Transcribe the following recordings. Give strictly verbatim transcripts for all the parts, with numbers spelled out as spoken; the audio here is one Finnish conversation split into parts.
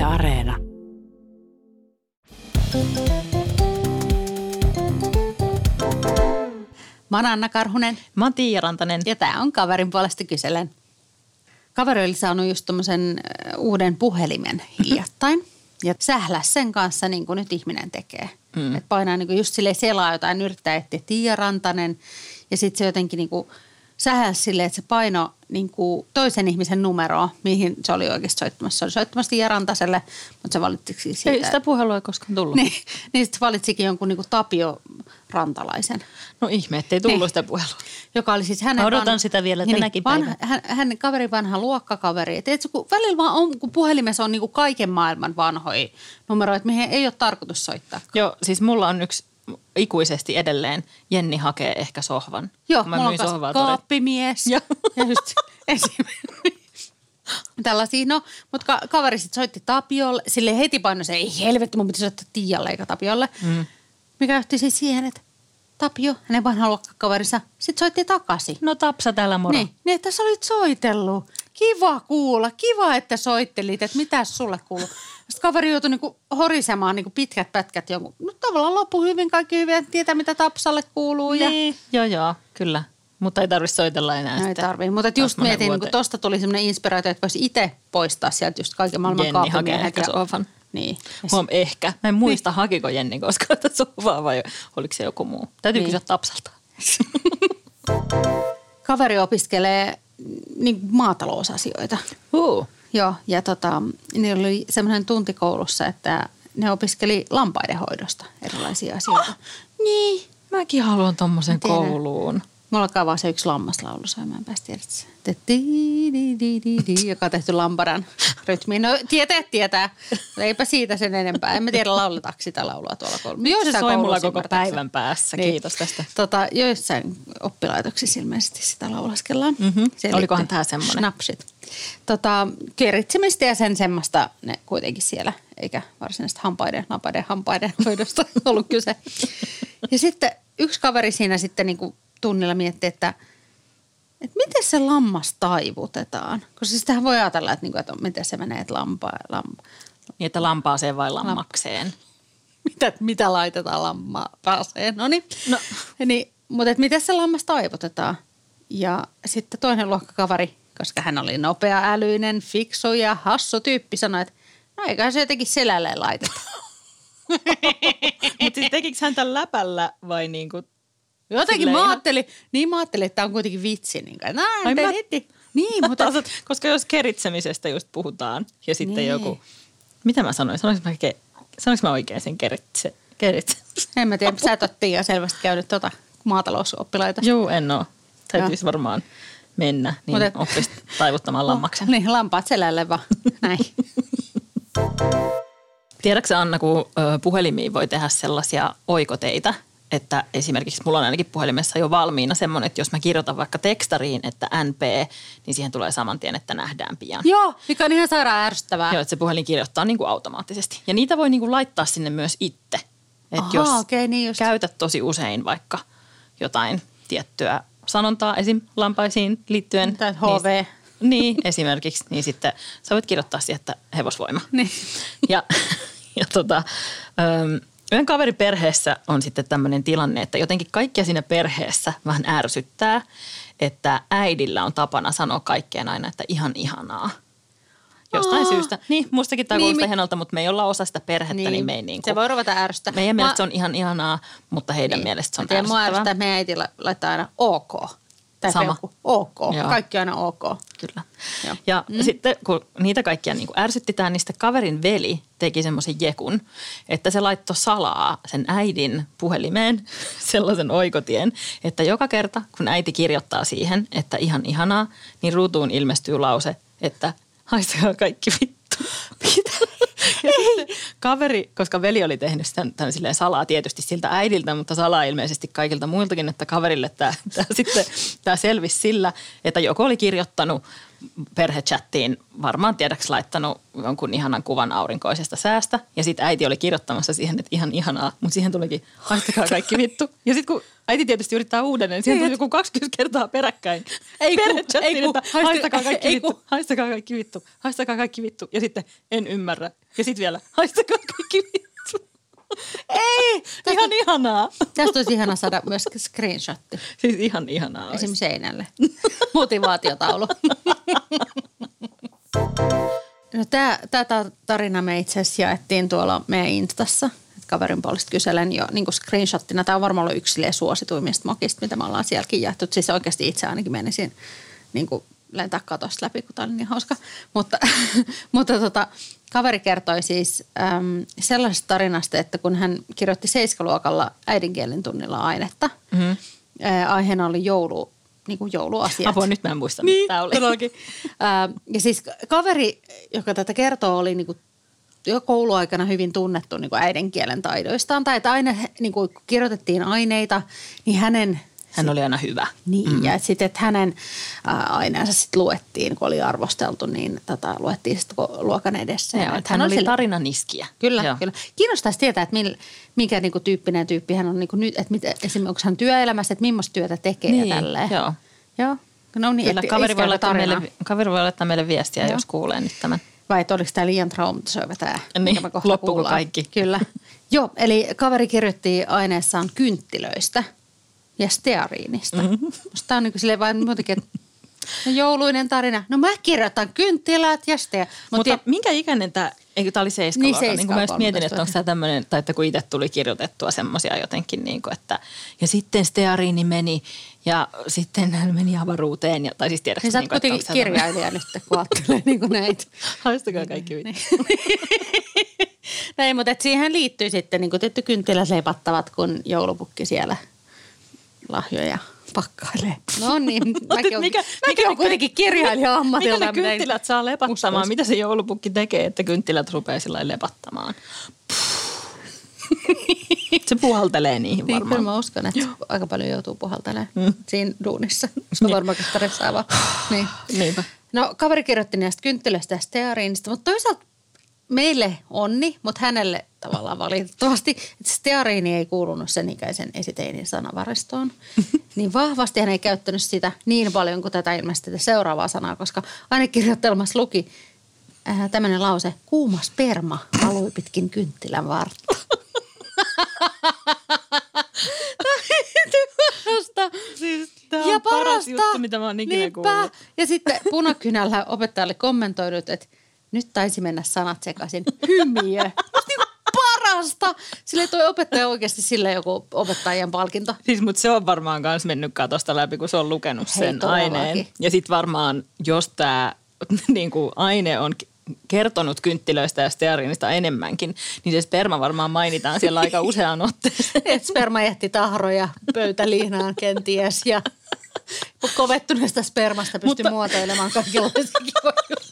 Yle Areena. Mä oon Anna Karhunen. Mä oon Tiia Rantanen. Ja tää on Kaverin puolesta kyselen. Kaveri oli saanut just tommosen uuden puhelimen hiljattain. Ja sähläs sen kanssa niin kuin nyt ihminen tekee. Mm. Että painaa niin kuin just silleen selaa jotain, yrittää etsiä Tiia Rantanen. Ja sitten se jotenkin niin kuin sähläs silleen, että se paino niin kuin toisen ihmisen numeroa, mihin se oli oikeasti soittamassa. Se oli soittamassa Tiia Rantaselle, mutta se valitsikin siitä. Ei sitä puhelua ei koskaan tullut. Niin, niin sitten se valitsikin jonkun niin kuin Tapio Rantalaisen. No ihme, ettei tullut niin. Sitä puhelua. Joka oli siis hänen... Mä odotan vanha, sitä vielä niin, tänäkin vanha, päivänä. Hän, hänen kaverin vanha luokkakaveri. Et et, kun välillä vaan on, kun puhelimessa on niin kuin kaiken maailman vanhoja numeroita, mihin ei ole tarkoitus soittaa. Joo, siis mulla on yksi ikuisesti edelleen. Jenni hakee ehkä sohvan. Joo, mä mulla on kanssa kaappimies. Ja, ja just esimerkiksi. Tällaisia, no, mutta ka- kaveri sitten soitti Tapiolle. Silleen heti painoi se, ei helvetti, mun piti soittaa Tiialle eikä Tapiolle. Mm. Mikä johti siis siihen, että Tapio, hänen vanha luokkakaverinsa, sitten soitti takaisin. No Tapsa täällä moro. Niin, niin, että sä olit soitellut. Kiva kuulla, kiva, että soittelit, että mitäs sulle kuuluu. Sitten kaveri joutui niinku horisemaan niinku pitkät pätkät jonkun. No tavallaan loppu hyvin, kaikki hyvin, että tietää mitä Tapsalle kuuluu. Niin, ja... joo joo, kyllä. Mutta ei tarvitse soitella enää no, sitä. Ei tarvitse, mutta just mietin, kun niin tuosta tuli semmoinen inspiraatio, että voisi itse poistaa sieltä just kaiken maailman Jenni hakee kaapimiehet. ehkä sohvan. Niin. Huom, ehkä. Mä en muista, niin. Hakiko Jenni koskaan tätä sohvaa vai oliko se joku muu. Täytyy niin. Kysyä Tapsalta. Kaveri opiskelee niin maatalousasioita. Uh. Joo, ja tota, niillä oli semmoinen tunti koulussa, että ne opiskeli lampaidenhoidosta erilaisia asioita. Oh, niin, mäkin haluan tommosen kouluun. Mulla alkaa vaan se yksi lammaslaulu soimaan, päästä tiedät se. Joka on tehty lamparan rytmiin. No tietää, tietää. Eipä siitä sen enempää. En mä tiedä lauletaanko sitä laulua tuolla koulussa. Se soi mulla koko päivän päässä. Niin. Kiitos tästä. Tota, joissain oppilaitoksissa ilmeisesti sitä laulaskellaan. Mm-hmm. Olikohan tämä semmoinen? Snapsit. Tota, keritsemistä ja sen semmoista ne kuitenkin siellä, eikä varsinaisesti hampaiden, lampaiden, hampaiden hoidosta ollut kyse. Ja sitten yksi kaveri siinä sitten niin kuin tunnilla mietti, että, että miten se lammas taivutetaan. Koska siis tähän voi ajatella, että, niin kuin, että miten se menee, että lampaa. Lampa. Niin, että lampaaseen vai lammakseen. Mitä, mitä laitetaan lammaaseen? No niin. No. niin mutta että miten se lammas taivutetaan. Ja sitten toinen luokkakaveri, koska hän oli nopea, älyinen, fiksu ja hassu tyyppi, sanoi, että no eiköhän se jotenkin selälleen laiteta. Mutta siis tekikö hän tämän läpällä vai niin kuin? Jotenkin mä ajattelin, niin mä ajattelin, että tämä on kuitenkin vitsi. Niin kuin, Ai mä... Niin, mutta... Koska jos keritsemisestä just puhutaan ja sitten niin. joku, mitä mä sanoin? Sanoinko mä, ke... Sanoinko mä oikein sen keritse... keritse? En mä tiedä, sä et ole Tiia selvästi käynyt tuota maatalousoppilaita. Joo, en ole. Täytyisi varmaan mennä, niin Mut et... oppisi taivuttamaan lammaksen. Oh, niin, lampaat selälle vaan. Näin. Tiedätkö Anna, kun puhelimiin voi tehdä sellaisia oikoteita, että esimerkiksi mulla on ainakin puhelimessa jo valmiina semmoinen, että jos mä kirjoitan vaikka tekstariin, että N P, niin siihen tulee saman tien, että nähdään pian. Joo, mikä on ihan sairaan ärsyttävää. Joo, että se puhelin kirjoittaa niin kuin automaattisesti. Ja niitä voi niin kuin laittaa sinne myös itse. Että jos okay, niin just. käytät tosi usein vaikka jotain tiettyä sanontaa esim. Lampaisiin liittyen. Tai H V. Niin, niin, esimerkiksi. Niin sitten sä voit kirjoittaa siihen, että hevosvoima. Niin. Ja, ja tota... Öm, Yhden kaverin perheessä on sitten tämmöinen tilanne, että jotenkin kaikkia siinä perheessä vähän ärsyttää, että äidillä on tapana sanoa kaikkeen aina, että ihan ihanaa. Jostain Aa. syystä. Niin, mustakin tämä kuulostaa niin, ihanalta, mutta me ei olla osa sitä perhettä, niin, niin me ei niin kuin... Se voi ruveta ärsyttää. Meidän mielestä se on ihan ihanaa, mutta heidän niin. mielestä se on ärsyttävää. Mua ärsyttää, meidän äiti laittaa aina OK. Tai sama. Peukku. OK. Joo. Kaikki on aina OK. Kyllä. Joo. Ja mm. sitten kun niitä kaikkia niin kuin ärsyttitään, niin sitten kaverin veli teki semmoisen jekun, että se laittoi salaa sen äidin puhelimeen sellaisen oikotien, että joka kerta kun äiti kirjoittaa siihen, että ihan ihanaa, niin ruutuun ilmestyy lause, että haistakaa kaikki vittu. Ja Ei. Kaveri, koska veli oli tehnyt sitä tämän silleen salaa tietysti siltä äidiltä, mutta salaa ilmeisesti kaikilta muiltakin, että kaverille tämä, tämä sitten tämä selvisi sillä, että joku oli kirjoittanut perhechattiin, varmaan tiedäks laittanut jonkun ihanan kuvan aurinkoisesta säästä. Ja sitten äiti oli kirjoittamassa siihen, että ihan ihanaa, mutta siihen tulikin haistakaa kaikki vittu. Ja sitten kun äiti tietysti yrittää uudelleen, niin siihen tuli joku kaksikymmentä kertaa peräkkäin. Ei kun, ei kun, haistakaa kaikki ei, vittu, haistakaa kaikki vittu, haistakaa kaikki vittu. Ja sitten en ymmärrä. Ja sitten vielä, haistakaa kaikki vittu. Ei, tästä, ihan ihanaa. Tästä olisi ihana saada myös screenshotti. Siis ihan ihanaa olisi. Esimerkiksi seinälle. Motivaatiotaulu. No tämä tarina me itse asiassa jaettiin tuolla meidän Instassa. Kaverin puolesta kyselen jo niin kuin screenshottina. Tämä on varmaan ollut yksi suosituimmista mokista, mitä me ollaan sielläkin jaettu. Siis oikeasti itse ainakin menisin niin kuin lentää katosta läpi, kun tämä oli niin hauska. Mutta, mutta tota, kaveri kertoi siis äm, sellaisesta tarinasta, että kun hän kirjoitti seiskaluokalla äidinkielen tunnilla ainetta, mm-hmm. ää, aiheena oli joulu, niin kuin jouluasiat. Apua, nyt mä en muista, niin, mitä tämä oli. Todellakin. Ää, ja siis kaveri, joka tätä kertoo, oli niin kuin jo kouluaikana hyvin tunnettu niin kuin äidinkielen taidoistaan. Tai että aina niin kuin kirjoitettiin aineita, niin hänen... Hän oli aina hyvä. Niin, mm. ja sitten, että hänen ää, aineensa sitten luettiin, kun oli arvosteltu, niin tota, luettiin sitten luokan edessä. Joo, että hän, hän oli sille... tarinaniskiä. Kyllä, Joo. kyllä. Kiinnostaisi tietää, että mil, mikä niinku tyyppinen tyyppi hän on niinku nyt, että mit, esimerkiksi onko hän työelämässä, että millaista työtä tekee niin, ja tälleen. Joo. Joo. No niin, kyllä, kaveri voi, meille, kaveri voi laittaa meille viestiä, joo, jos kuulee nyt tämän. Vai että oliko tämä liian traumatisoiva tämä, niin, mikä me kohta loppuuko kuullaan. Kaikki? Kyllä. Joo, eli kaveri kirjoitti aineessaan kynttilöistä ja steariinista. Mm-hmm. Tämä on niin kuin silleen vain muutenkin, että no jouluinen tarina. No mä kirjoitan kynttilät ja steariinit. Mutta ja, minkä ikäinen tämä, eikö tämä oli seiskaluokka? Niin, niin kuin mä mietin, että onko tämä tämmöinen, tai että kun itse tuli kirjoitettua semmoisia jotenkin niin kuin, että ja sitten steariini meni ja sitten hän meni avaruuteen. Ja, tai siis tiedätkö, niin sä oot kuitenkin kirjailija nyt, kun ajattelee niin kuin näitä. Haistakaa kaikki vittu. Näin, mutta siihen liittyy sitten niin kuin tietty kynttilät leipattavat, kun joulupukki siellä lahjoja pakkailee. No niin, mäkin olen, mikä, mäkin olen kuitenkin kirjailija ammatilta. Mitä ne kynttilät saa lepattamaan? Uskos. Mitä se joulupukki tekee, että kynttilät rupeaa sillä lailla lepattamaan? Se puhaltelee niihin varmaan. Niin, kyllä mä uskon, että aika paljon joutuu puhaltelemaan mm. siinä duunissa. Se on niin. Varmaan stressaavaa. Niin. Niinpä. No kaveri kirjoitti näistä kynttilöistä ja steariinista, mutta toisaalta meille onni, mutta hänelle tavallaan valitettavasti, että steariini ei kuulunut sen ikäisen esiteinin sanavaristoon. Niin vahvasti hän ei käyttänyt sitä niin paljon kuin tätä ilmeisesti seuraavaa sanaa, koska ainekirjoittelmassa luki äh, tämmöinen lause, kuuma sperma valui pitkin kynttilän vartta. Siis tämä on ja paras parasta, juttu, mitä mä oon ikinä kuullut. Ja sitten punakynällä opettajalle kommentoinut, että nyt taisi mennä sanat sekaisin. Hymiö. Niin parasta. Silleen toi opettaja oikeasti sille joku opettajien palkinto. Siis mutta se on varmaan myös mennyt katosta läpi, kun se on lukenut Hei, sen todellakin. aineen. Ja sitten varmaan, jos tämä niinku, aine on kertonut kynttilöistä ja steariinista enemmänkin, niin se sperma varmaan mainitaan siellä aika useaan otteeseen. Et sperma jätti tahroja pöytäliinaan kenties ja kovettuneesta spermasta pystyi Mutta... muotoilemaan kaikenlaisia kivoja.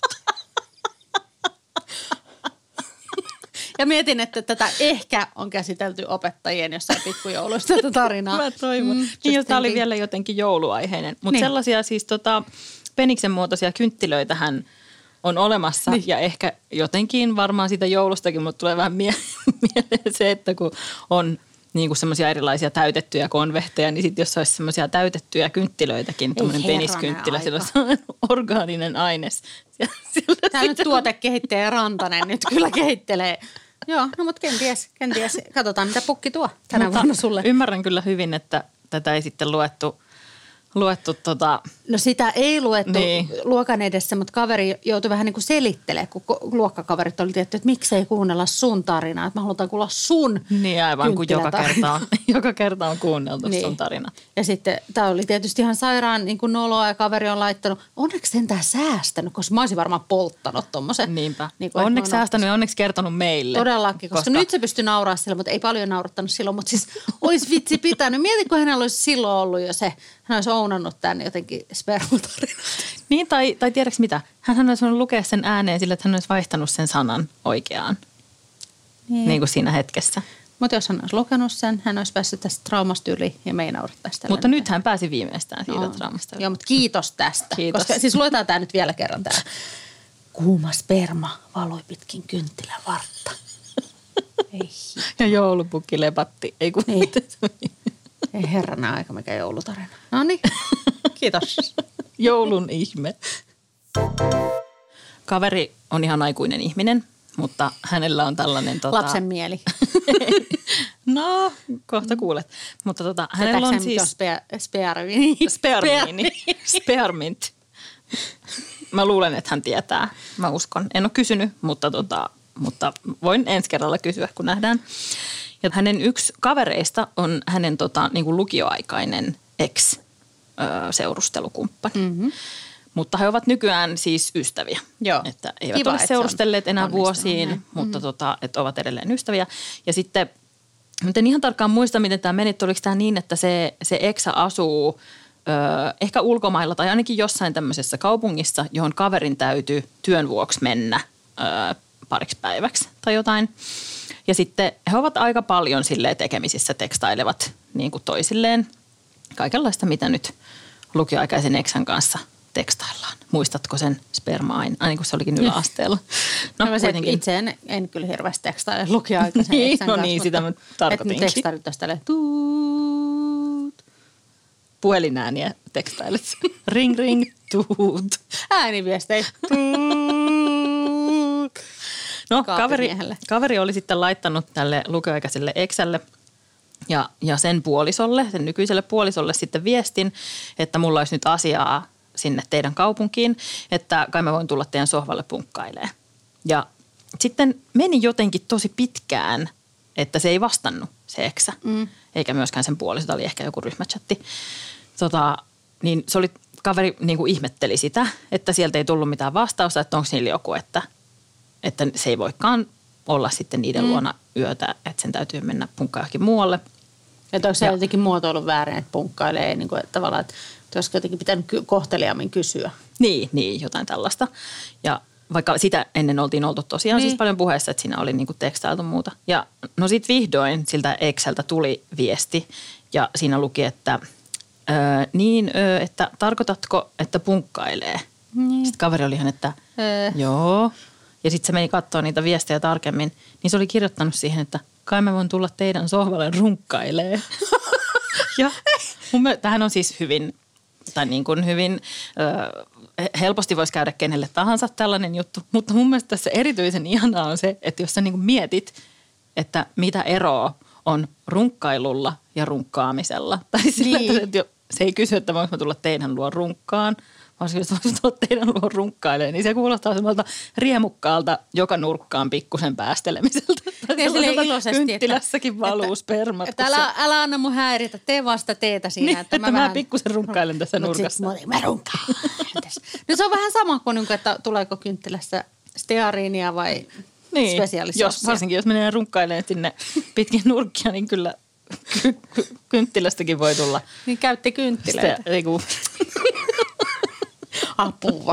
Ja mietin, että tätä ehkä on käsitelty opettajien jossain pikkujouluista tätä tarinaa. Mä toivon. Mm, niin, tämä oli vielä jotenkin jouluaiheinen. Mutta niin. sellaisia siis tota, peniksen muotoisia kynttilöitähän on olemassa niin. Ja ehkä jotenkin varmaan siitä joulustakin, mutta tulee vähän mie- mieleen se, että kun on niin kuin semmoisia erilaisia täytettyjä konvehteja, niin sitten jos olisi semmoisia täytettyjä kynttilöitäkin, tuommoinen peniskynttilä, sillä on orgaaninen aines. Tämä nyt tuotekehittäjä Rantanen nyt kyllä kehittelee. Joo, no mutta kenties, kenties. Katsotaan mitä pukki tuo tänä mutta vuonna sulle. Ymmärrän kyllä hyvin, että tätä ei sitten luettu. Luettu tota... No sitä ei luettu niin. luokan edessä, mutta kaveri joutui vähän niin kuin selittelemään, kun luokkakaverit oli tietty, että miksei kuunnella sun tarinaa, että me halutaan kuulla sun niin aivan kuin joka kerta, joka kerta on kuunneltu niin. sun tarina. Ja sitten tämä oli tietysti ihan sairaan niin kuin noloa ja kaveri on laittanut, onneksi sentään säästänyt, koska mä olisin varmaan polttanut tommosen. Niinpä. Niin kuin, onneksi säästänyt ja onneksi kertonut meille. Todellakin, koska, koska nyt se pystyy nauraa sillä, mutta ei paljon naurattanut silloin, mutta siis olisi vitsi pitänyt. Mieti, kun hänellä olisi silloin ollut jo se, hän olisi ounannut tämän jotenkin spermatarinat. Niin, tai, tai tiedätkö mitä? Hän olisi voinut lukea sen ääneen sillä, että hän olisi vaihtanut sen sanan oikeaan. niin. niin kuin siinä hetkessä. Mutta jos hän olisi lukenut sen, hän olisi päässyt tästä traumasta yli ja me ei naurattaisi tällä. Mutta nyt hän pääsi viimeistään siitä no. traumasta yli. Joo, mutta kiitos tästä. Kiitos. Koska, siis luetaan tämä nyt vielä kerran tämä. Kuuma sperma valoi pitkin kynttilän vartta. Ei. Ja joulupukki lepatti. Ei kun niin. Ei herrana aika mikä joulutarina. No niin, kiitos. Joulun ihme. Kaveri on ihan aikuinen ihminen, mutta hänellä on tällainen... Tota... Lapsen mieli. No, kohta kuulet. Mutta tota, hänellä on siis... Spearmini. Spearmini. Spearmint. Mä luulen, että hän tietää. Mä uskon. En ole kysynyt, mutta, tota, mutta voin ensi kerralla kysyä, kun nähdään. Ja hänen yksi kavereista on hänen tota, niin kuin lukioaikainen ex-seurustelukumppani. Mm-hmm. Mutta he ovat nykyään siis ystäviä. Joo. Että eivät Kiva, ole että seurustelleet enää vuosiin, näin. mutta mm-hmm. tota, että ovat edelleen ystäviä. Ja sitten, en ihan tarkkaan muista, miten tämä meni. Oliko tämä niin, että se, se eksä asuu ö, ehkä ulkomailla tai ainakin jossain tämmöisessä kaupungissa, johon kaverin täytyy työn vuoksi mennä ö, pariksi päiväksi tai jotain. Ja sitten he ovat aika paljon silleen tekemisissä, tekstailevat niin kuin toisilleen kaikenlaista, mitä nyt lukioaikaisen eksän kanssa tekstaillaan. Muistatko sen sperma-aine? Aina kun se olikin yläasteella. No, no kuitenkin. Itse en, en kyllä hirveästi tekstaile lukioaikaisen niin, eksän no kanssa. No niin, sitä mä tarkoitinkin. Että tekstailut tästä tälleen tuut. Puhelinääniä tekstailet. Ring, ring, tuut. Ääniviestei. Tuut. No kaveri, kaveri oli sitten laittanut tälle lukioaikaiselle eksälle ja, ja sen puolisolle, sen nykyiselle puolisolle sitten viestin, että mulla olisi nyt asiaa sinne teidän kaupunkiin, että kai mä voin tulla teidän sohvalle punkkailemaan. Ja sitten meni jotenkin tosi pitkään, että se ei vastannut se eksä, mm. eikä myöskään sen puoliso, oli ehkä joku ryhmächatti. Tota, niin se oli, kaveri niin kuin ihmetteli sitä, että sieltä ei tullut mitään vastausta, että onko niillä joku, että että se ei voikaan olla sitten niiden mm. luona yötä, että sen täytyy mennä punkkaan johonkin muualle. Että onko se ja. jotenkin muotoillut väärin, että punkkailee niin kuin, että tavallaan, että olisiko jotenkin pitänyt kohteliaammin kysyä. Niin, niin, jotain tällaista. Ja vaikka sitä ennen oltiin oltu tosiaan niin. siis paljon puheessa, että siinä oli niin kuin tekstailtu muuta. Ja no sitten vihdoin siltä ekseltä tuli viesti ja siinä luki, että ö, niin, ö, että tarkoitatko, että punkkailee? Niin. Sitten kaveri oli ihan, että öö. joo. Ja sitten se meni katsoa niitä viestejä tarkemmin, niin se oli kirjoittanut siihen, että kai mä voin tulla teidän sohvalle runkkailee. ja mun mielestä tämähän on siis hyvin, tai niin kuin hyvin, ö, helposti voisi käydä kenelle tahansa tällainen juttu. Mutta mun mielestä tässä erityisen ihanaa on se, että jos sä niin kuin mietit, että mitä eroa on runkkailulla ja runkkaamisella. Tai sillä, niin. että se ei kysy, että voinko mä tulla teidän luo runkkaan, vaan jos voisi tulla teidän luo runkkailemaan, niin se kuulostaa semmoilta riemukkaalta joka nurkkaan pikkusen päästelemiseltä. Ja silleen iloisesti, kynttilässäkin valuu spermat. Että älä, älä anna mun häiritä, tee vasta teetä siinä. Niin, että, että mä, mä vähän pikkusen runkkailen tässä mut nurkassa. Sit, mä runkkaan. No se on vähän sama kuin, että tuleeko kynttilässä steariinia vai niin, spesiaalisossia. Jos, varsinkin jos menee runkkailemaan sinne pitkin nurkkia, niin kyllä ky- ky- kynttilästäkin voi tulla. Niin käytti kynttiläitä. Ste- eiku. Apua.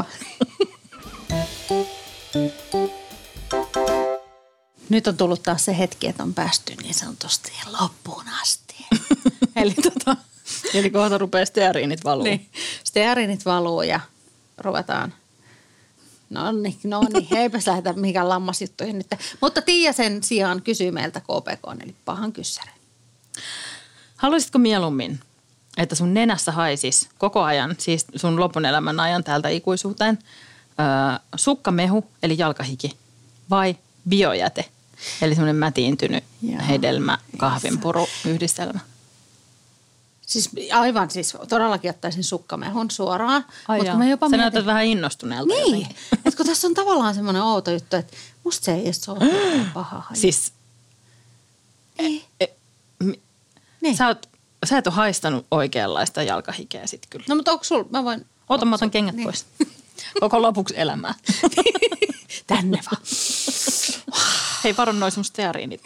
Nyt on tullut taas se hetki, että on päästy niin sanotusti loppuun asti. Eli, tota, eli kohta rupeaa steariinit valuu. Niin, steariinit valuu ja ruvetaan. No niin, no niin, eipäs lähdetä mikään lammasjuttuihin nyt. Mutta Tiia sen sijaan kysyy meiltä K P K, eli pahan kyssärin. Haluaisitko mieluummin, että sun nenässä haisisi koko ajan, siis sun lopun elämän ajan täältä ikuisuuteen, öö, sukkamehu, eli jalkahiki, vai biojäte, eli semmoinen mätiintynyt Jaa. hedelmä, kahvinpuru, yhdistelmä? Siis aivan siis, todellakin ottaisin sukkamehun suoraan. Ai mutta mä jopa Sä mietin... näytät vähän innostuneelta. Niin, että kun tässä on tavallaan semmoinen outo juttu, että musta se ei edes ole paha haja. Siis, niin. E, e, mi, niin. Sä, oot, sä et ole haistanut oikeanlaista jalkahikeä sit kyllä. No mutta onko sul, mä voin... Oota, mä otan kengät niin. pois. Koko lopuksi elämää. Tänne vaan. Hei, varo noin sun steariinit.